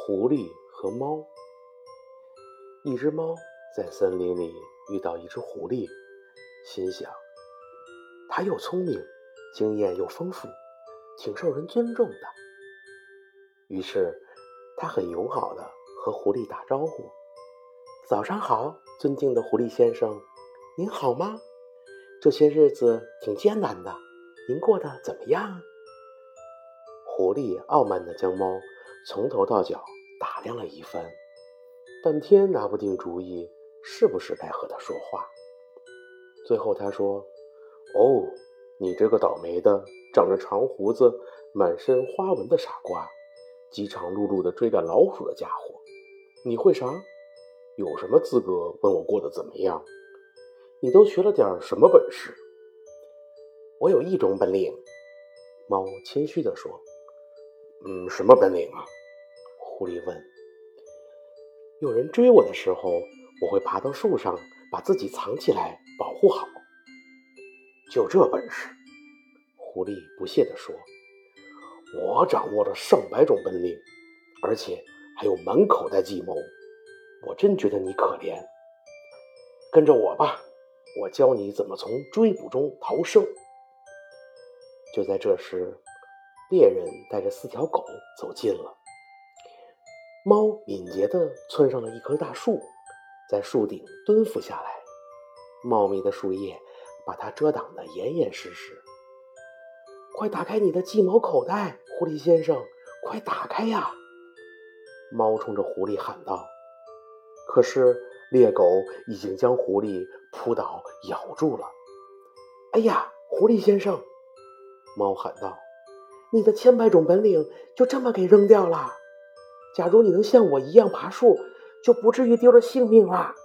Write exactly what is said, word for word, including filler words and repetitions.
狐狸和猫。一只猫在森林里遇到一只狐狸，心想它又聪明，经验又丰富，挺受人尊重的。于是它很友好地和狐狸打招呼：早上好，尊敬的狐狸先生，您好吗？这些日子挺艰难的，您过得怎么样？狐狸傲慢地将猫从头到脚打量了一番，半天拿不定主意是不是该和他说话。最后他说：哦，你这个倒霉的长着长胡子满身花纹的傻瓜，饥肠辘辘地追赶老虎的家伙，你会啥？有什么资格问我过得怎么样？你都学了点什么本事？我有一种本领，猫谦虚地说。嗯，什么本领啊？狐狸问。有人追我的时候，我会爬到树上，把自己藏起来，保护好。就这本事？狐狸不屑地说。我掌握了上百种本领，而且还有满口袋计谋，我真觉得你可怜。跟着我吧，我教你怎么从追捕中逃生。就在这时，猎人带着四条狗走近了。猫敏捷地窜上了一棵大树，在树顶蹲伏下来，茂密的树叶把它遮挡得严严实实。快打开你的计谋口袋，狐狸先生，快打开呀！猫冲着狐狸喊道。可是猎狗已经将狐狸扑倒咬住了。哎呀，狐狸先生，猫喊道，你的千百种本领就这么给扔掉了？假如你能像我一样爬树，就不至于丢了性命了。